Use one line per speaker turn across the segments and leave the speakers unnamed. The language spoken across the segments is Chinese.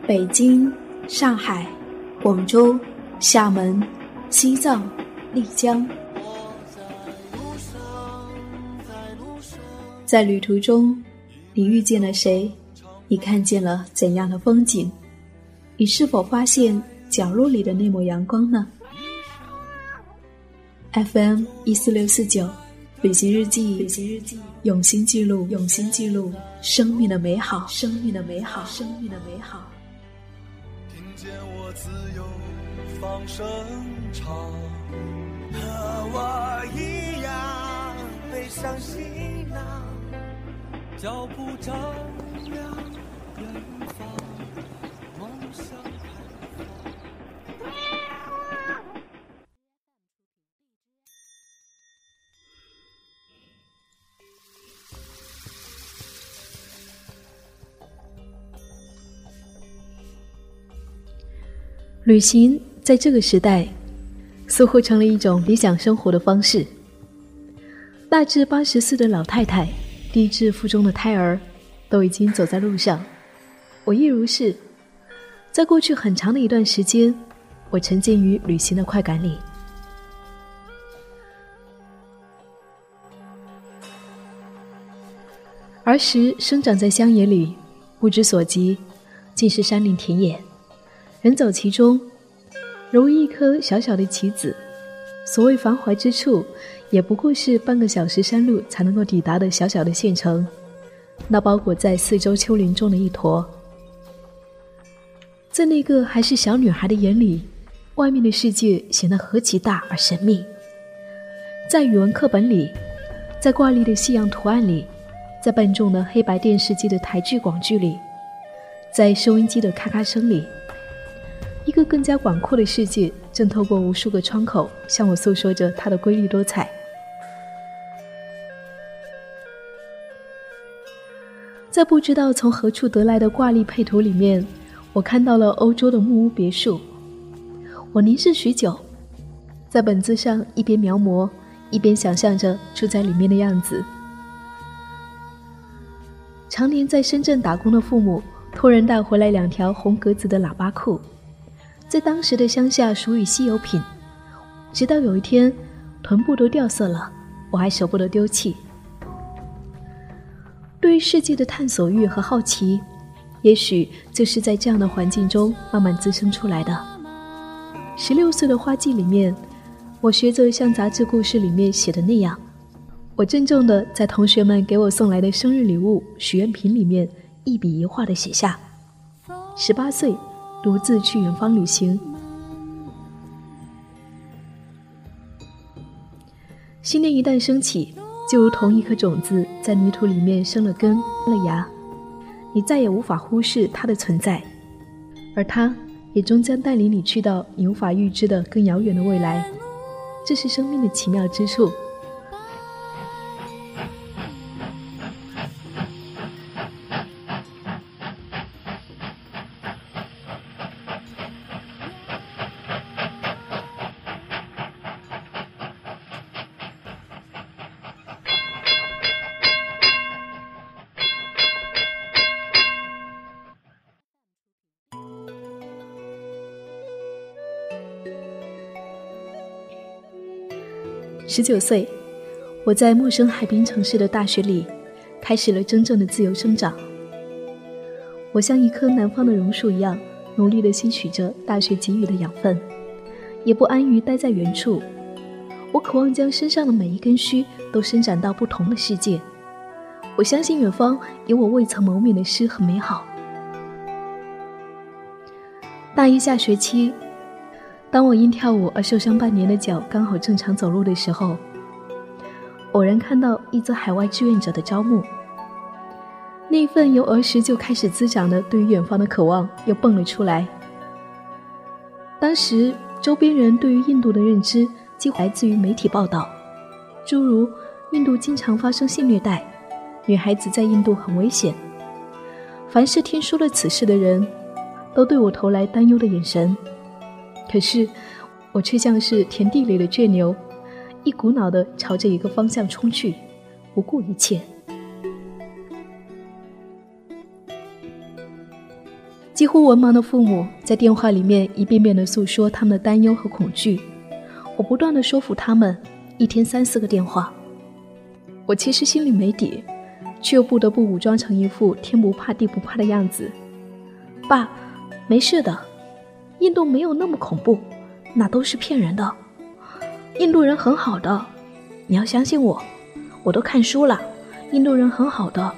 北京、上海、广州、厦门、西藏、丽江。在旅途中，你遇见了谁？你看见了怎样的风景？你是否发现角落里的那抹阳光呢？ FM 14649旅行日记，用心记录生命的美好。听
见我自由放声唱，和我一样背上行囊，脚步丈量远方，梦想开放。
旅行在这个时代似乎成了一种理想生活的方式。大至80岁的老太太，低至腹中的胎儿，都已经走在路上。我亦如是。在过去很长的一段时间，我沉浸于旅行的快感里。儿时生长在乡野里，不知所及，尽是山林田野，人走其中，如一颗小小的棋子。所谓繁华之处，也不过是半个小时山路才能够抵达的小小的县城，那包裹在四周丘陵中的一坨。在那个还是小女孩的眼里，外面的世界显得何其大而神秘。在语文课本里，在挂历的西洋图案里，在笨重的黑白电视机的台剧广剧里，在收音机的咔咔声里，一个更加广阔的世界正透过无数个窗口向我诉说着它的瑰丽多彩。在不知道从何处得来的挂历配图里面，我看到了欧洲的木屋别墅。我凝视许久，在本子上一边描摹，一边想象着住在里面的样子。常年在深圳打工的父母托人带回来2条红格子的喇叭裤，在当时的乡下属于稀有品，直到有一天臀部都掉色了，我还舍不得丢弃。对于世界的探索欲和好奇，也许就是在这样的环境中慢慢滋生出来的。16岁的花季里面，我学着像杂志故事里面写的那样，我郑重地在同学们给我送来的生日礼物许愿瓶里面一笔一画地写下：18岁独自去远方旅行。新念一旦升起，就如同一颗种子在泥土里面生了根了芽，你再也无法忽视它的存在，而它也终将带领你去到你无法预知的更遥远的未来。这是生命的奇妙之处。19岁，我在陌生海滨城市的大学里开始了真正的自由生长。我像一棵南方的榕树一样，努力地吸取着大学给予的养分，也不安于待在原处。我渴望将身上的每一根须都伸展到不同的世界。我相信远方有我未曾谋面的诗和美好。大一下学期，当我因跳舞而受伤半年的脚刚好正常走路的时候，偶然看到一则海外志愿者的招募。那份由儿时就开始滋长的对于远方的渴望又蹦了出来。当时周边人对于印度的认知几乎来自于媒体报道，诸如印度经常发生性虐待，女孩子在印度很危险。凡是听说了此事的人都对我投来担忧的眼神，可是我却像是田地里的倔牛，一股脑地朝着一个方向冲去，不顾一切。 几乎文盲的父母在电话里面一遍遍地诉说他们的担忧和恐惧，我不断地说服他们，一天3、4个电话。我其实心里没底，却又不得不武装成一副天不怕地不怕的样子。爸，没事的，印度没有那么恐怖，那都是骗人的。印度人很好的，你要相信我，我都看书了，印度人很好的。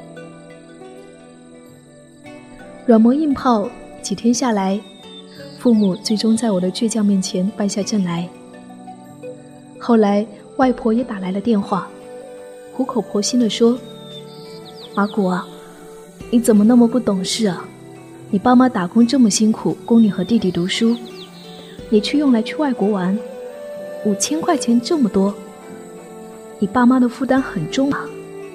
软磨硬泡，几天下来，父母最终在我的倔强面前败下阵来。后来外婆也打来了电话，苦口婆心地说：马古啊，你怎么那么不懂事啊？你爸妈打工这么辛苦，供你和弟弟读书，你却用来去外国玩，5000块钱这么多，你爸妈的负担很重啊。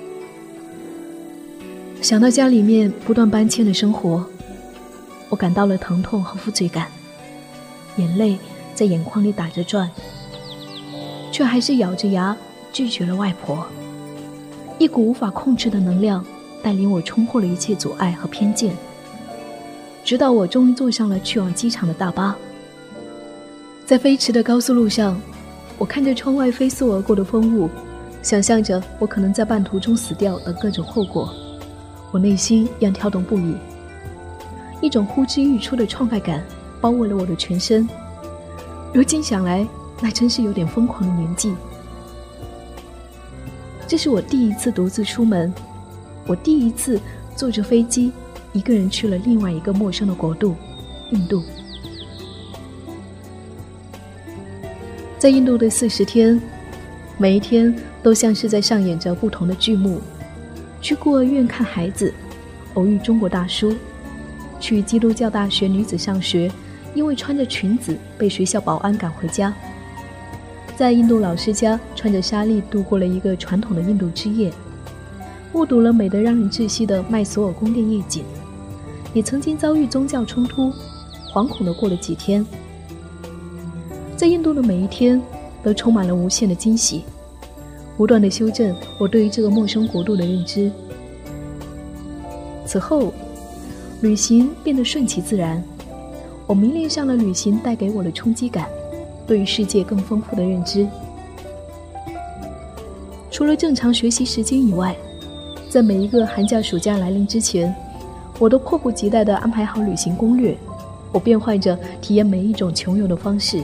想到家里面不断搬迁的生活，我感到了疼痛和负罪感，眼泪在眼眶里打着转，却还是咬着牙拒绝了外婆。一股无法控制的能量带领我冲破了一切阻碍和偏见，直到我终于坐上了去往机场的大巴。在飞驰的高速路上，我看着窗外飞速而过的风雾，想象着我可能在半途中死掉的各种后果，我内心一样跳动不已，一种呼之欲出的创败感包围了我的全身。如今想来，那真是有点疯狂的年纪。这是我第一次独自出门，我第一次坐着飞机一个人去了另外一个陌生的国度——印度。在印度的40天，每一天都像是在上演着不同的剧目。去孤儿院看孩子，偶遇中国大叔；去基督教大学女子上学，因为穿着裙子被学校保安赶回家；在印度老师家穿着纱丽度过了一个传统的印度之夜，目睹了美得让人窒息的麦索尔宫殿夜景。也曾经遭遇宗教冲突，惶恐地过了几天。在印度的每一天都充满了无限的惊喜，不断地修正我对于这个陌生国度的认知。此后，旅行变得顺其自然，我迷恋上了旅行带给我的冲击感，对于世界更丰富的认知。除了正常学习时间以外，在每一个寒假暑假来临之前，我都迫不及待地安排好旅行攻略，我变换着体验每一种穷游的方式。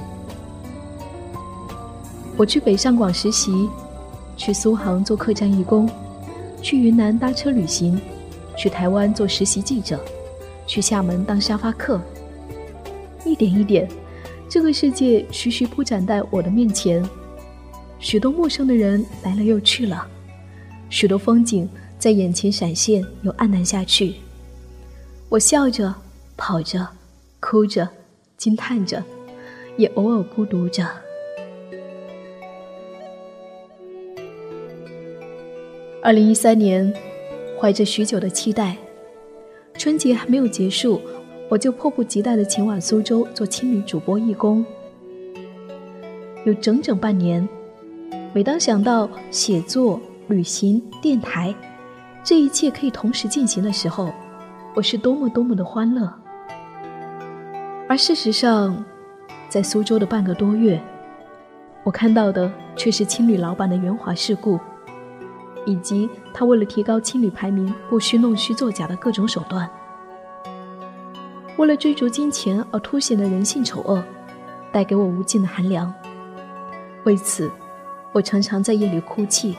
我去北上广实习，去苏杭做客栈义工，去云南搭车旅行，去台湾做实习记者，去厦门当沙发客。一点一点，这个世界徐徐铺展在我的面前，许多陌生的人来了又去了，许多风景在眼前闪现又黯淡下去。我笑着，跑着，哭着，惊叹着，也偶尔孤独着。2013年，怀着许久的期待，春节还没有结束，我就迫不及待地前往苏州做青旅主播义工。有整整半年，每当想到写作、旅行、电台，这一切可以同时进行的时候，我是多么的欢乐。而事实上，在苏州的半个多月，我看到的却是青旅老板的圆滑世故，以及他为了提高青旅排名不虚弄虚作假的各种手段。为了追逐金钱而凸显的人性丑恶，带给我无尽的寒凉。为此，我常常在夜里哭泣。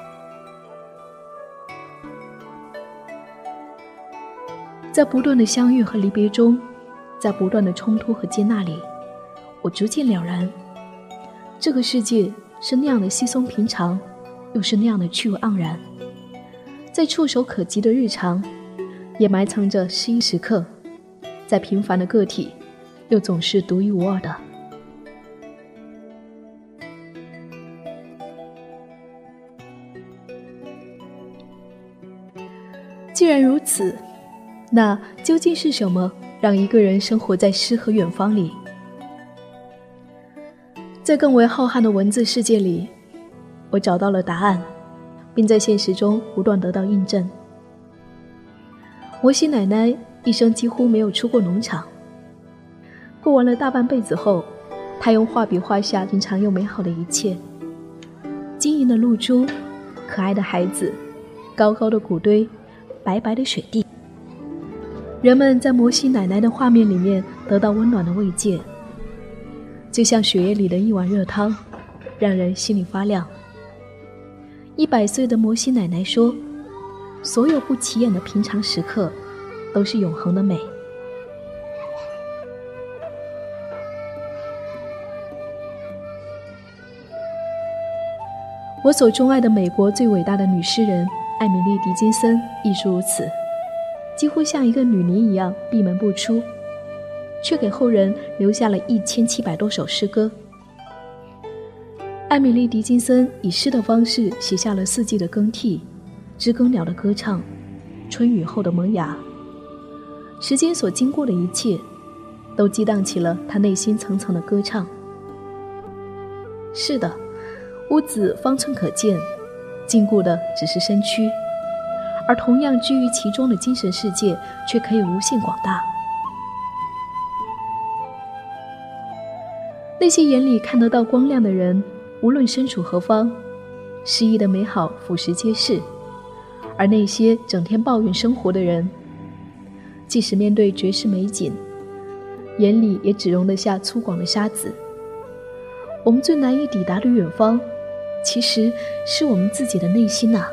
在不断的相遇和离别中，在不断的冲突和接纳里，我逐渐了然，这个世界是那样的稀松平常，又是那样的趣味盎然。在触手可及的日常，也埋藏着诗意时刻，在平凡的个体，又总是独一无二的。既然如此，那究竟是什么让一个人生活在诗和远方里？在更为浩瀚的文字世界里，我找到了答案，并在现实中不断得到印证。 摩西奶奶一生几乎没有出过农场，过完了大半辈子后，她用画笔画下平常又美好的一切：晶莹的露珠，可爱的孩子，高高的谷堆，白白的水地。人们在摩西奶奶的画面里面得到温暖的慰藉，就像血液里的一碗热汤，让人心里发亮。100岁的摩西奶奶说，所有不起眼的平常时刻都是永恒的美。我所钟爱的美国最伟大的女诗人艾米丽·狄金森亦是如此，几乎像一个女尼一样闭门不出，却给后人留下了1700多首诗歌。艾米丽·狄金森以诗的方式写下了四季的更替、知更鸟的歌唱、春雨后的萌芽。时间所经过的一切都激荡起了她内心层层的歌唱。是的，屋子方寸可见，禁锢的只是身躯，而同样居于其中的精神世界却可以无限广大。那些眼里看得到光亮的人，无论身处何方，诗意的美好俯拾皆是；而那些整天抱怨生活的人，即使面对绝世美景，眼里也只容得下粗犷的沙子。我们最难以抵达的远方，其实是我们自己的内心啊。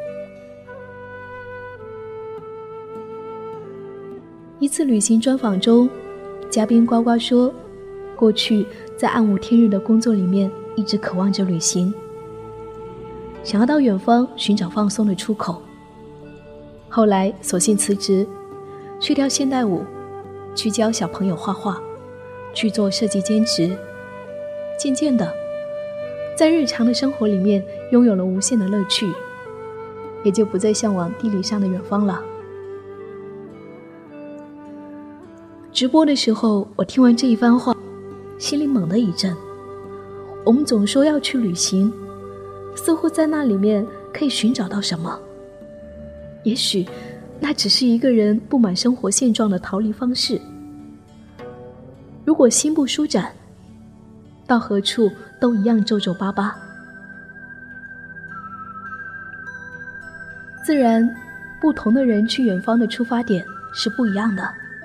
一次旅行专访中，嘉宾呱呱说，过去在暗无天日的工作里面一直渴望着旅行，想要到远方寻找放松的出口。后来索性辞职，去跳现代舞，去教小朋友画画，去做设计兼职。渐渐的，在日常的生活里面拥有了无限的乐趣，也就不再向往地理上的远方了。直播的时候，我听完这一番话，心里猛地一震。我们总说要去旅行，似乎在那里面可以寻找到什么，也许那只是一个人不满生活现状的逃离方式。如果心不舒展，到何处都一样皱皱巴巴。自然，不同的人去远方的出发点是不一样的。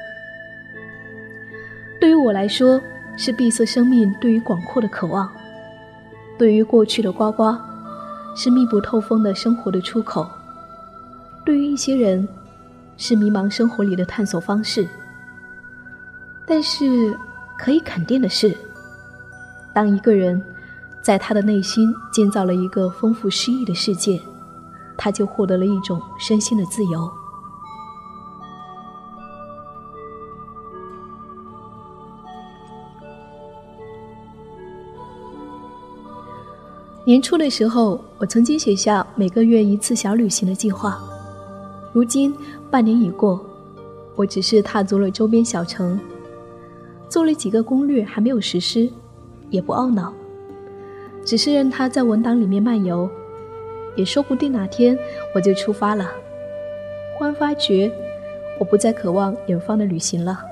对于我来说，是闭塞生命对于广阔的渴望；对于过去的呱呱，是密不透风的生活的出口；对于一些人，是迷茫生活里的探索方式。但是可以肯定的是，当一个人在他的内心建造了一个丰富诗意的世界，他就获得了一种身心的自由。年初的时候，我曾经写下每个月一次小旅行的计划。如今半年已过，我只是踏足了周边小城，做了几个攻略，还没有实施，也不懊恼，只是任它在文档里面漫游，也说不定哪天我就出发了。忽然发觉，我不再渴望远方的旅行了。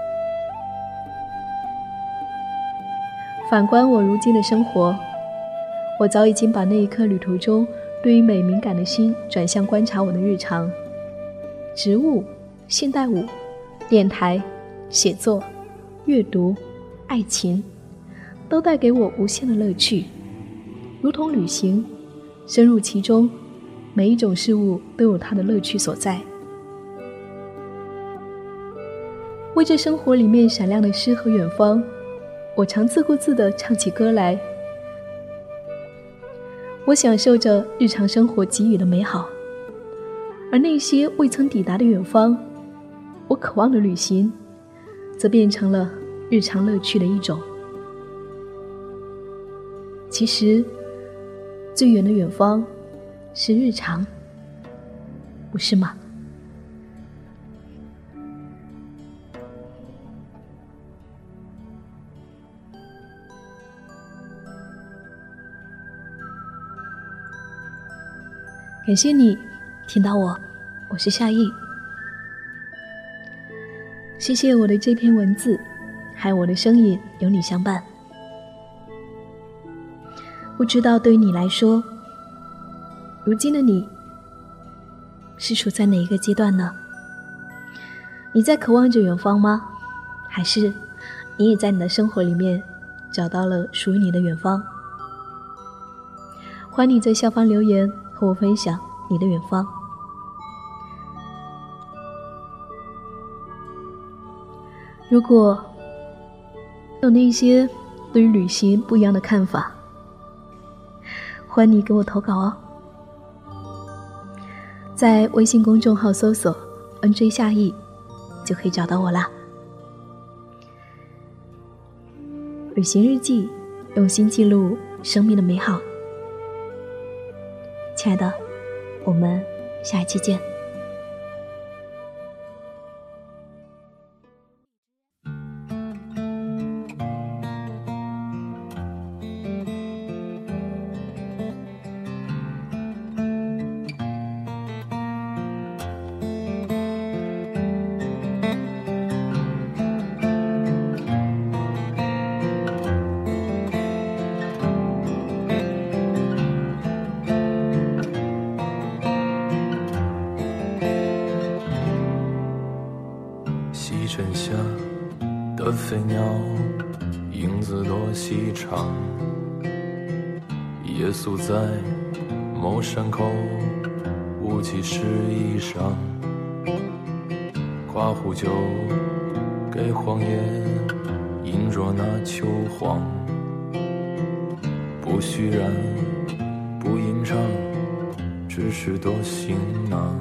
反观我如今的生活，我早已经把那一刻旅途中对于美敏感的心转向观察我的日常。植物、现代舞、电台、写作、阅读、爱情，都带给我无限的乐趣，如同旅行，深入其中，每一种事物都有它的乐趣所在。为这生活里面闪亮的诗和远方，我常自顾自地唱起歌来。我享受着日常生活给予的美好，而那些未曾抵达的远方，我渴望的旅行，则变成了日常乐趣的一种。其实，最远的远方是日常，不是吗？感谢你听到我是夏意。 谢谢我的这篇文字，还有我的声音有你相伴。不知道对于你来说，如今的你是处在哪一个阶段呢？你在渴望着远方吗？还是你也在你的生活里面找到了属于你的远方？欢迎你在下方留言和我分享你的远方。如果有那些对于旅行不一样的看法，欢迎你给我投稿哦。在微信公众号搜索 NJ 夏意就可以找到我啦。旅行日记，用心记录生命的美好。亲爱的，我们下一期见。
尘下的飞鸟，影子多细长。夜宿在某山口，雾气湿衣裳。刮胡酒给荒野，饮着那秋黄。不虚然，不吟唱，只是多行囊。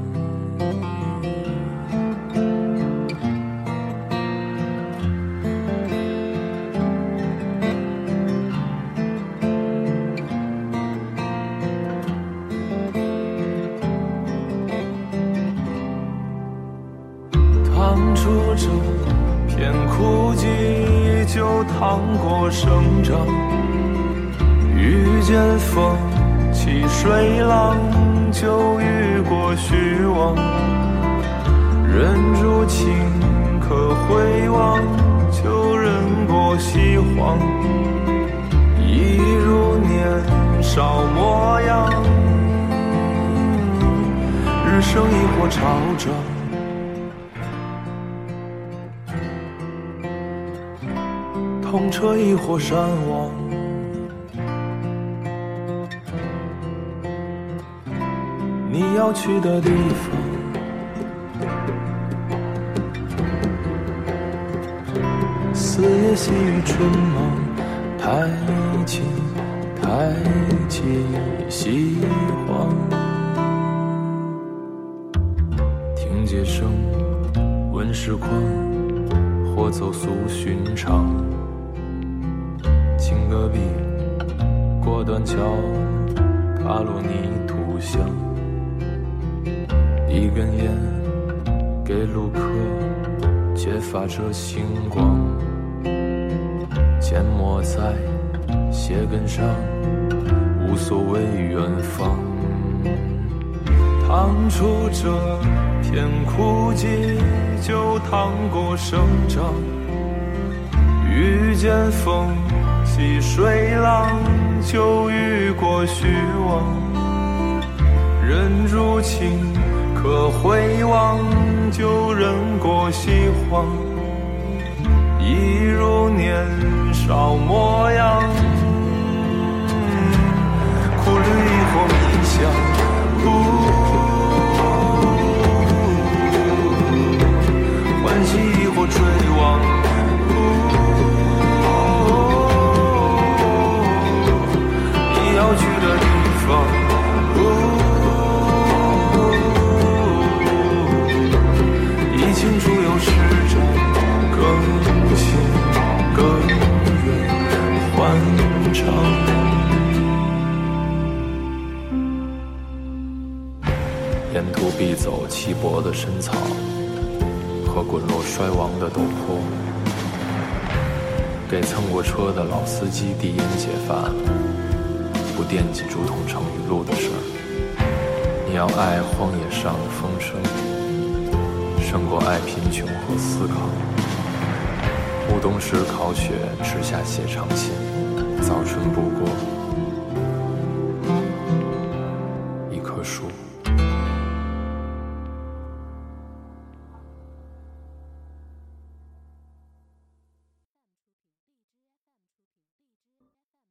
趟出这片枯寂，就趟过生长。遇见风起水浪，就遇过虚妄。忍住情可回望，就忍过西荒。一如年少模样，日升亦或潮涨。痛彻亦或山亡，你要去的地方，四野细雨春忙，抬起西荒，听街声问时况，或走俗寻常。清戈壁，过断桥，踏入泥土香。一根烟，给路客揭发着星光。缄默在鞋跟上，无所谓远方。趟出这片枯寂，就趟过生长。遇见风起水浪，就遇过虚妄。忍住情可回望，就忍过西荒。一如年少模样，苦虑亦或迷香。欢喜亦或追望。要去的地方，已清楚有时针，更新更远欢畅。沿途必走稀薄的深草和滚落衰亡的陡坡，给蹭过车的老司机递烟解乏。不惦记竹筒盛雨露的事儿，你要爱荒野上的风声， 胜过爱贫穷和思考。舞冬时烤雪，吃下写长信，早春不过